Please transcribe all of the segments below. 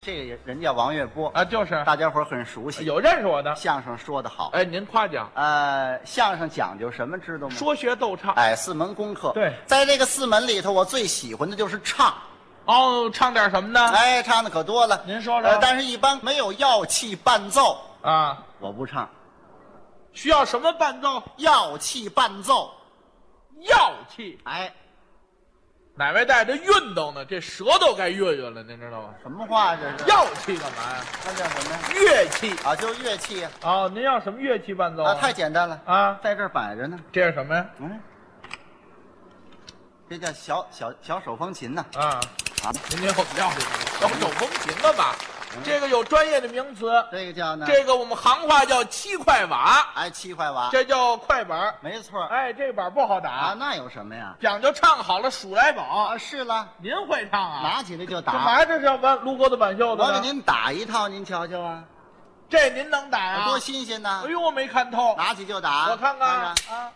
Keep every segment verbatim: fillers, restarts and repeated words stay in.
这个人叫王月波啊，就是大家伙很熟悉， 有认识我的。 相声说得好。 哎，您夸奖。 呃，相声讲究什么知道吗？ 说学逗唱。 哎，四门功课。 对， 在这个四门里头，我最喜欢的就是唱。 哦，唱点什么呢？ 哎，唱的可多了。 您说说。 呃，但是一般没有药气伴奏啊， 我不唱。 需要什么伴奏？ 药气伴奏。 药气。 哎。 哪位带着运动呢？这舌头该运运了，您知道吗？ 什么话这是？ 药气干嘛呀？ 那叫什么呀？ 乐器啊，就是乐器啊。 哦，您要什么乐器伴奏啊？ 啊，太简单了啊， 在这儿摆着呢。 这是什么呀？ 嗯，这叫小小小手风琴呢。 啊啊，您您我们要这个小手风琴了吧？这个有专业的名词， 这个叫呢？ 这个我们行话叫七块瓦， 哎，七块瓦， 这叫快板， 没错。 哎，这板不好打啊，那有什么呀？ 讲究唱好了数来宝啊，是了， 您会唱啊？ 拿起来就打。 干嘛这是要玩卢沟的板袖的？ 我给您打一套，您瞧瞧啊。 这您能打呀？ 多新鲜呐！ 哎呦，我没看透。 拿起就打， 我看看啊。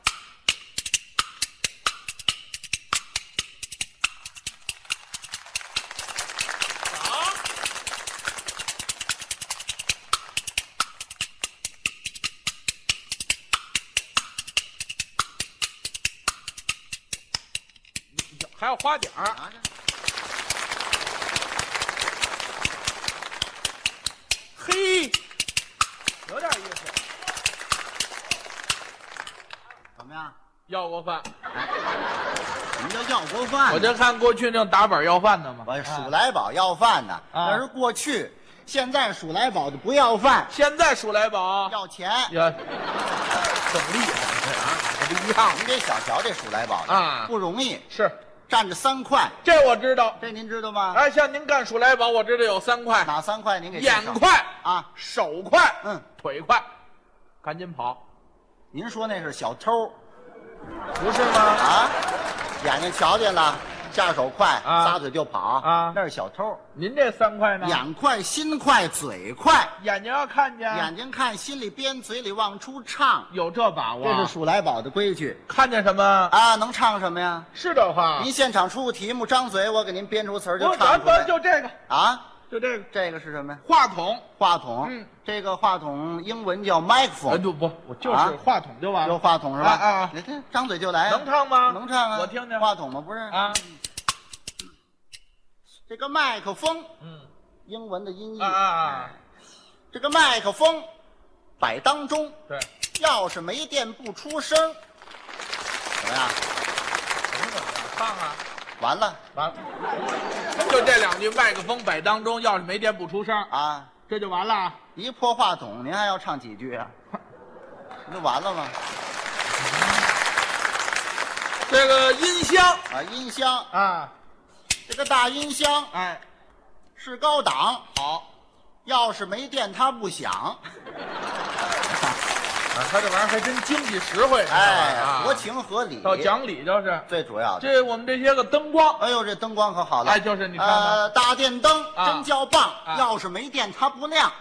还有花点儿，嘿，有点意思。 怎么样？ 要过饭？ 哎，什么叫要过饭？ 我就看过去那种打板要饭的嘛。 我数来宝要饭呢，那是过去。现在数来宝的不要饭， 现在数来宝要钱。 呀，挺厉害啊！不一样。 您得小瞧这数来宝的啊， 不容易。 是。 占着三块， 这我知道， 这您知道吗？ 哎，像您干数来宝，我知道有三块， 哪三块？您给眼快啊， 手快， 嗯， 腿快，赶紧跑。 您说那是小偷， 不是吗？ 啊，眼睛瞧见了，下手快， 啊、 撒腿就跑啊， 那是小偷。 您这三块呢？ 眼快，心快，嘴快。 眼睛要看见， 眼睛看，心里编，嘴里往出唱， 有这把握。 这是数来宝的规矩。 看见什么啊？能唱什么呀？ 是这话。 您现场出个题目，张嘴，我给您编出词儿就唱出来。 就这个啊， 就这个。 这个是什么呀？ 话筒。 话筒。 嗯， 这个话筒英文叫 microphone。 不不，我就是话筒就完了。 有话筒是吧？ 啊啊！ 你看，张嘴就来。 能唱吗？ 能唱啊！ 我听听。 话筒吗？不是啊。 这个麦克风， 嗯， 英文的音译啊啊！ 这个麦克风摆当中， 对， 要是没电不出声，怎么样？ 怎么怎么样？唱啊！ 完了， 完了，就这两句，麦克风摆当中，要是没电不出声啊， 这就完了。 一破话筒，您还要唱几句啊？不就完了吗？ 这个音箱啊，音箱啊。 这个大音箱， 哎， 是高档， 好。 要是没电，它不响。 啊，他这玩意儿还真经济实惠， 哎， 啊、 合情合理， 到讲理就是最主要的。 这我们这些个灯光， 哎呦，这灯光可好了。 哎，就是你看看， 呃，大电灯、 啊、 真叫棒、 啊， 要是没电它不亮。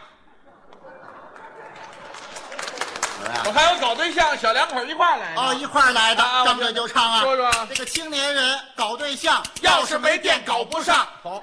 我还有搞对象小两口一块来的哦，一块来的， 啊、 张嘴就唱啊。 说说这个青年人搞对象， 要是没电搞不上。 好，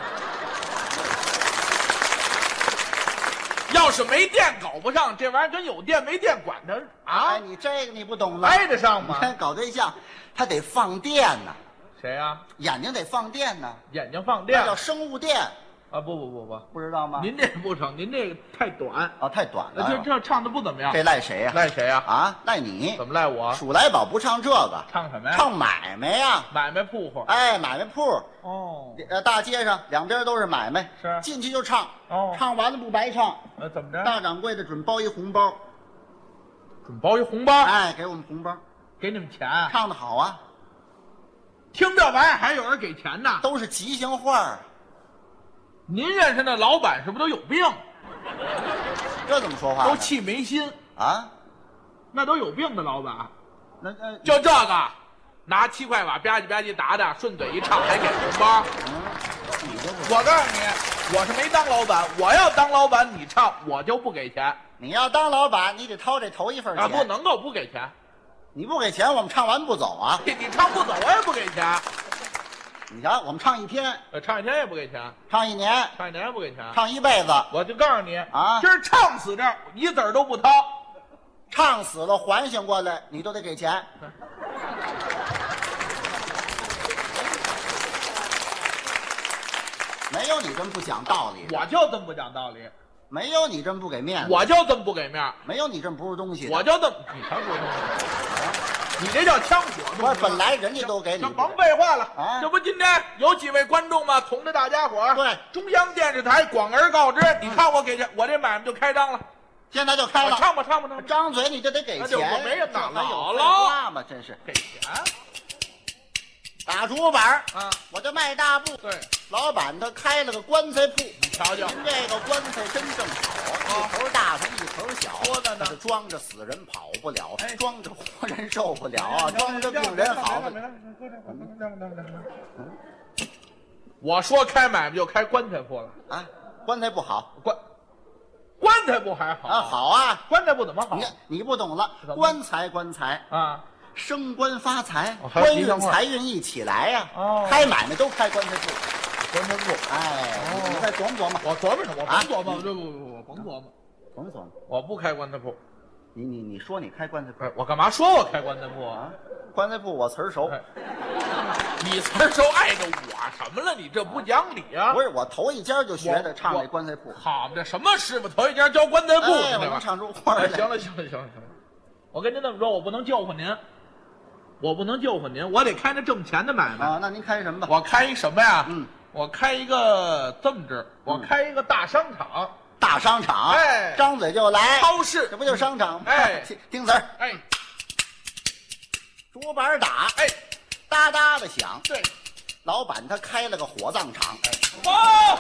要是没电搞不上，这玩意儿跟有电没电管它啊？ 哎，你这个你不懂了， 挨得上吗？ 你看搞对象，他得放电呢。 谁呀、啊？ 眼睛得放电呢。 眼睛放电， 那叫生物电。 啊，不不不不， 不知道吗？ 您这不成，您这个太短哦，太短了。 这这唱的不怎么样。 这赖谁呀？ 赖谁呀？ 啊，赖你。 怎么赖我？ 数来宝不唱这个， 唱什么呀？ 唱买卖呀， 买卖铺户。 哎，买卖铺。 哦。 呃，大街上两边都是买卖， 是进去就唱。 哦。 唱完了不白唱。 呃，怎么着？ 大掌柜的准包一红包。 准包一红包。 哎，给我们红包， 给你们钱啊。 唱得好啊。 听这玩意儿还有人给钱呢？ 都是吉祥话。 您认识那老板是不是都有病？ 这怎么说话？ 都气没心啊！ 那都有病的老板， 那呃， 就这个，拿七块瓦吧唧吧唧打打，顺嘴一唱还给红包。 嗯，你这我告诉你，我是没当老板，我要当老板，你唱我就不给钱。 你要当老板，你得掏这头一份钱啊，不能够不给钱。 你不给钱，我们唱完不走啊！ 你唱不走，我也不给钱。 你瞧，我们唱一天， 呃，唱一天也不给钱， 唱一年， 唱一年也不给钱， 唱一辈子， 我就告诉你啊今儿唱死这儿，一子儿都不掏。 唱死了还醒过来，你都得给钱。没有你这么不讲道理的， 我就这么不讲道理， 没有你这么不给面子， 我就这么不给面儿， 没有你这么不是东西的。 我就这么，你才不是东西，你这叫枪火。 我本来人家都给你这，甭废话了啊这不今天有几位观众吗？同着大家伙儿对中央电视台广而告之，你看我给这我这买卖就开张了， 现在就开了。 我唱吧唱吧唱吧， 张嘴你就得给那就钱， 我没人哪这还有废姥姥话吗？真是给钱打竹板儿啊！ 我这卖大布， 对， 老板他开了个棺材铺， 你瞧瞧， 您这个棺材真正好，一头大上一头小， 说的呢那是装着死人跑不了， 哎装着活人受不了啊，装着病人好不了。 我说开买卖就开棺材铺了， 啊，棺材不好棺棺材铺还好啊，好啊， 棺材铺怎么好你你不懂了怎么， 棺材棺材。 啊？ 升官发财， 哦还有官运吉祥话财运一起来呀、 哦开买卖都开棺材铺。 棺材铺， 哎， 哦你你再琢磨琢磨， 我琢磨着，我啊甭琢磨，这不不不，我甭琢磨， 琢磨琢磨。 我不开棺材铺。 你你你说你开棺材铺哎，我干嘛说我开棺材铺啊？ 啊？棺材铺我词儿熟， 哎你词儿都碍着我什么了？你这不讲理啊！ 不是我头一家就学的我唱这我棺材铺。 好，这什么师傅头一家教棺材铺？ 哎，我对吧能唱出花哎， 来。 行了行了行了行了，我跟您这么说，我不能救活您，我不能救活您，我得开那挣钱的买卖。 啊，那您开什么吧？ 我开一什么呀？ 嗯， 我开一个这么着，我开一个大商场， 大商场， 哎张嘴就来， 超市这。不就是商场吗？ 哎听听词儿， 哎竹板打， 哎， 哒哒的响。 对， 老板他开了个火葬场， 哦，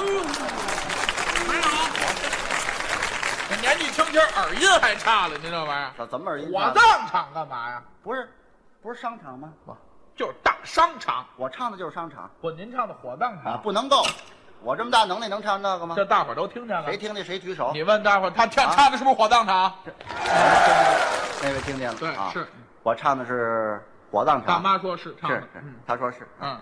这年纪轻轻耳音还差了，您这玩意儿。 这怎么耳音火大呢？ 葬场干嘛呀？ 不是，不是商场吗？ 就是大商场。 我唱的就是商场不，您唱的火葬啊， 场， 不能够。我这么大能耐能唱这个吗？ 这大伙儿都听见了。 谁听见谁举手。 你问大伙儿，他唱啊唱的是不是火葬场？ 那位听见了？ 对啊， 是。 我唱的是火葬场。 大妈说是唱的是，是嗯， 他说是。 嗯。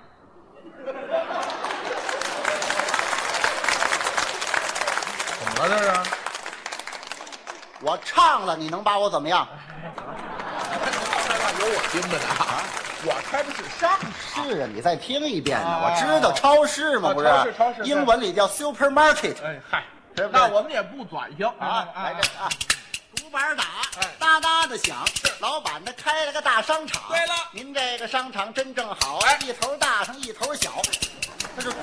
怎么了这是？ 我唱了，你能把我怎么样？ 有我听着呢啊！我开的是商场。 是啊，你再听一遍呢。 啊我知道超市嘛， 啊不是？ 超市超市对英文里叫 supermarket 哎嗨， 对不对那我们也不转型啊。来这啊，竹板打哎， 哒哒的响。老板他开了个大商场。 对了您这个商场真正好， 哎一头大上一头小。他是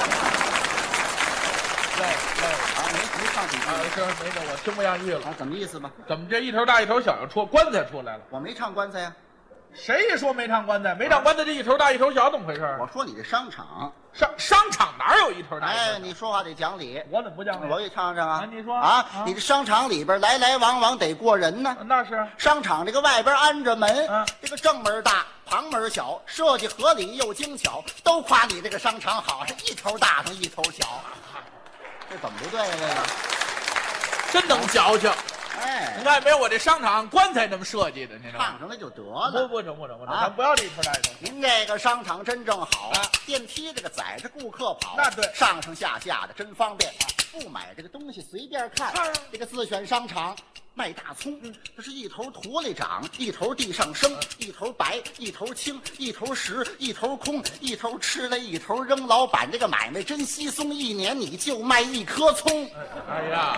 对对啊，没没唱几句啊，是没事，我听不下去了。 啊？怎么意思吧？ 怎么这一头大一头小又出棺材出来了？ 我没唱棺材呀。 谁说没唱棺材？没唱棺材，这一头大一头小怎么回事啊？ 我说你这商场， 商商场哪有一头大一头哎， 小？ 你说话得讲理。 我怎么不讲理？ 我给你唱唱啊！ 啊你说啊啊， 你这商场里边来来往往得过人呢。 那是商场这个外边安着门， 啊这个正门大，旁门小，设计合理又精巧，都夸你这个商场好，是一头大上一头小。这怎么不对呀、这个， 真能矫情。 哎您，看没有，我这商场棺材这么设计的，您知道吗？ 唱上来就得不了。 不成不成不成， 啊咱不要这一头大一头小。 您这个商场真正好啊电梯这个载着顾客跑， 那对上上下下的真方便啊！不买这个东西随便看， 看这个自选商场卖大葱，这是一头土里长，一头地上生，一头白，一头青，一头实，一头空，一头吃了一头扔。老板这个买卖真稀松，一年你就卖一颗葱。 哎呀，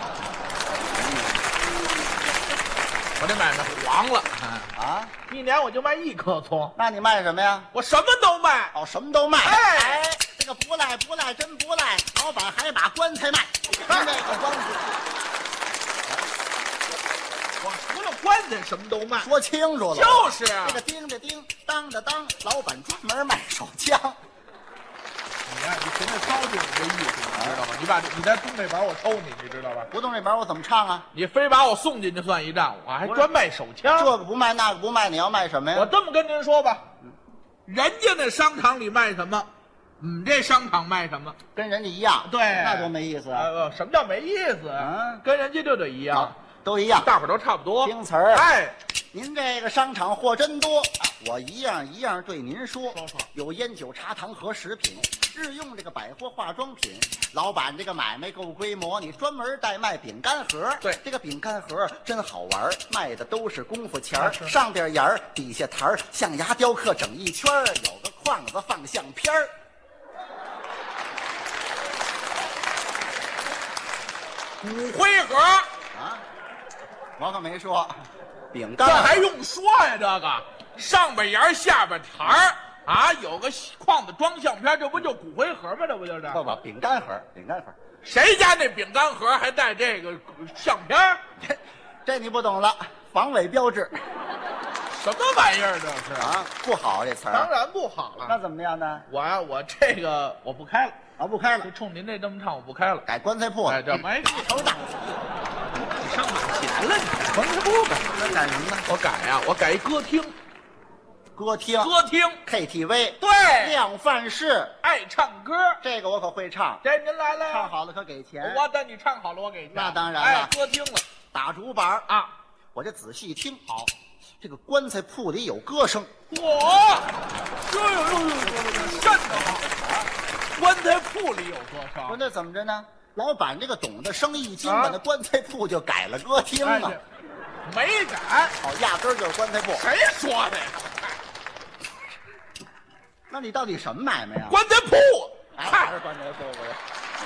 我这买卖黄了， 啊， 一年我就卖一颗葱， 那你卖什么呀？ 我什么都卖。 哦，什么都卖。 哎哎，这个不赖不赖，真不赖。老板还把棺材卖，您这个棺材我除了棺材什么都卖。 说清楚了。 就是啊这个叮的叮，当的当，老板专门卖手枪。 你看，你现在操就你这意思，你知道吗？你把你在东北板我抽你，你知道吧？ 不动这板我怎么唱啊？ 你非把我送进去算一账，我还专卖手枪。 这个不卖，那个不卖，你要卖什么呀？ 我这么跟您说吧，人家那商场里卖什么，我们这商场卖什么。 跟人家一样。 对那多没意思啊！ 呃，什么叫没意思啊？ 嗯跟人家就得一样， 啊都一样。 大伙儿都差不多。 听词儿哎， 您这个商场货真多，我一样一样对您说。 说说有烟酒茶汤和食品，日用这个百货化妆品。老板这个买卖够规模，你专门代卖饼干盒。 对， 这个饼干盒真好玩，卖的都是功夫钱儿， 是上边沿儿，底下台儿，象牙雕刻整一圈儿，有个框子放相片儿。 骨灰盒啊，我可没说，饼干盒这还用说呀？这个上边沿儿下边台儿啊，有个框子装相片，这不就骨灰盒吗？这不就是？ 不不，饼干盒，饼干盒。 谁家那饼干盒还带这个相片？ 这这你不懂了，防伪标志什么玩意儿这是？ 啊，不好这词儿。 当然不好了。 那怎么样呢？ 我呀，我这个我不开了， 啊，不开了就，冲您这这么唱，我不开了。 改棺材铺了。 哎，这没一头大， 你上哪钱了？你棺材铺改，那改什么呢？ 我改呀，我改一歌厅， 歌厅、 歌厅 K T V， 对， 量贩式， 爱唱歌。 这个我可会唱， 这您来了呀， 唱好了可给钱。 我等你唱好了，我给钱。 那当然了哎，歌厅了打竹板儿， 啊！ 我这仔细听，好，这个棺材铺里有歌声， 我这有有有有瘆得慌啊！棺材铺里有歌说声， 那怎么着呢？老板这个懂得生意经， 啊把那棺材铺就改了歌厅哎了。 这没改， 好，压根儿就是棺材铺。 谁说的呀？ 那你到底什么买卖呀？ 棺材铺， 哎，还嗨是，棺材铺不是？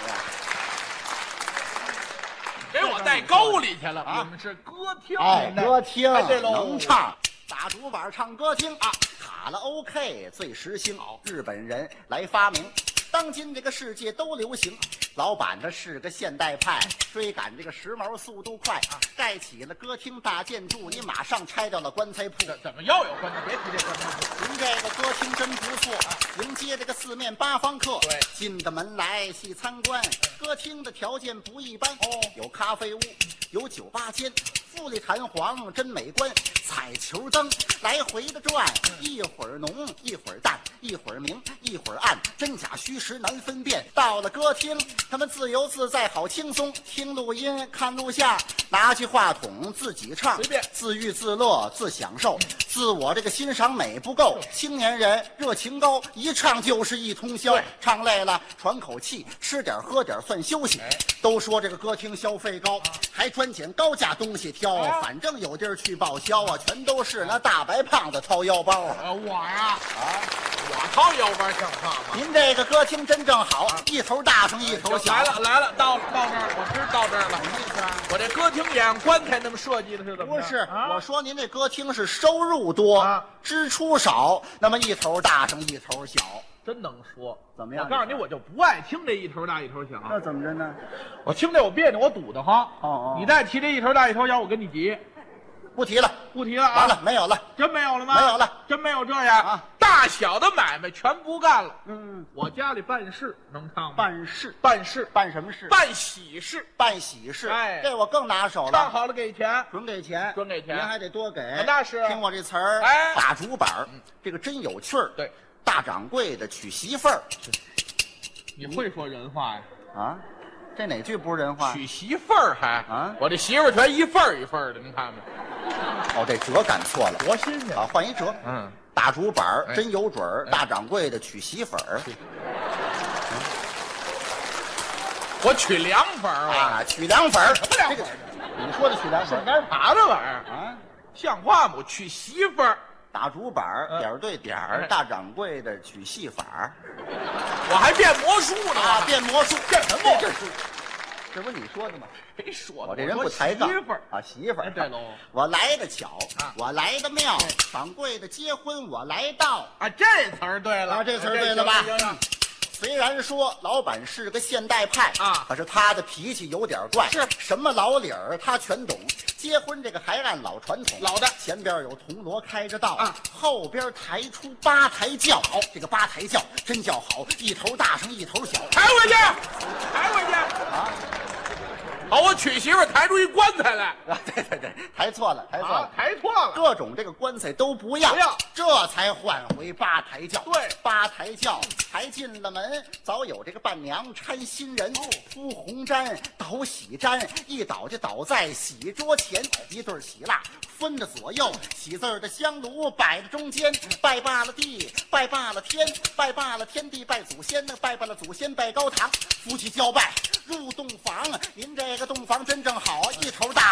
给我带沟里去了。 啊我们是歌厅， 哎，歌厅哎对喽能唱，打竹板唱歌厅啊，卡拉 OK 最时兴，日本人来发明，当今这个世界都流行。老板他是个现代派，追赶这个时髦速度快，盖起了歌厅大建筑，你马上拆掉了棺材铺。 怎怎么又有棺材？别提这棺材铺。 您这个歌厅真不错，迎接这个四面八方客。 对进的门来细参观，歌厅的条件不一般哦有咖啡屋，有酒吧间，富丽堂皇真美观。彩球灯来回的转，一会儿浓一会儿淡，一会儿明一会儿暗，真假虚实难分辨。到了歌厅，他们自由自在，好轻松，听录音看录像，拿起话筒自己唱， 随便自娱自乐自享受，自我这个欣赏美不够。青年人热情高，一唱就是一通宵对， 唱累了喘口气，吃点喝点算休息。 哎都说这个歌厅消费高，还专捡高价东西挑， 啊反正有地儿去报销啊，全都是那大白胖子掏腰包啊。 呃，我呀，啊，我掏腰包像话吗？ 您这个歌厅真正好，一头大上一头小。 来了来了，到了到这儿，我知道这儿了。 什么意思啊？ 我这歌厅演棺材那么设计的是怎么着？ 不是， 啊我说您这歌厅是收入多， 啊支出少，那么一头大上一头小。 真能说。 怎么样我告诉你，我就不爱听这一头大一头小。 那怎么着呢？ 我听这我别扭，我堵得慌。 哦哦你再提这一头大一头小，我跟你急。 不提了， 不提了啊！ 完了，没有了。 真没有了吗？ 没有了， 真没有这样啊！ 大小的买卖全不干了。 嗯， 我家里办事能唱吗？ 办事， 办事， 办什么事？ 办喜事， 办喜事。 哎这我更拿手了。 唱好了给钱。 准给钱， 准给钱您还得多给。 那是听我这词儿， 哎大竹板儿，这个真有趣儿。 对， 大掌柜的娶媳妇儿你会说人话呀？ 啊，这哪句不是人话？ 娶媳妇儿还啊我这媳妇儿全一份儿一份儿的，您看看哦，这折赶错了， 多新鲜啊，换一折。 嗯， 大竹板儿哎真有准儿， 哎大掌柜的娶媳妇儿我娶凉粉儿啊，娶凉粉儿。 什么凉粉这儿个你说的娶凉粉顺儿杆爬这玩意儿啊？ 像话吗？我娶媳妇儿， 大竹板儿嗯点儿对点儿， 哎大掌柜的娶戏法儿我还变魔术呢啊， 我变魔术， 变什么魔术这是这不是你说的吗？ 谁说的？ 我这人说不抬杠媳妇儿啊，媳妇儿。 哎对喽我来的巧啊， 我来的妙，掌柜的结婚我来到。 啊，这词儿对了， 啊这词儿对了吧行行行虽然说老板是个现代派啊可是他的脾气有点怪， 是什么老理儿他全懂。结婚这个还按老传统， 老的前边有铜锣开着道啊， 后边抬出八抬轿。好，这个八抬轿真叫好，一头大上一头小抬回去，抬回去。 啊！ 好，我娶媳妇抬出一棺材来。 啊，对对对，抬错了，抬错了， 啊，抬错了。 各种这个棺材都不要， 不要， 这才换回八抬轿。 对， 八抬轿抬进了门，早有这个伴娘搀新人，铺红毡，倒喜毡，一倒就倒在喜桌前，一对喜蜡分着左右，喜字儿的香炉摆在中间，拜罢了地，拜罢了天，拜罢了天地，拜祖先，那拜罢了祖先，拜高堂，夫妻交拜入洞房，您这个洞房真正好，一头大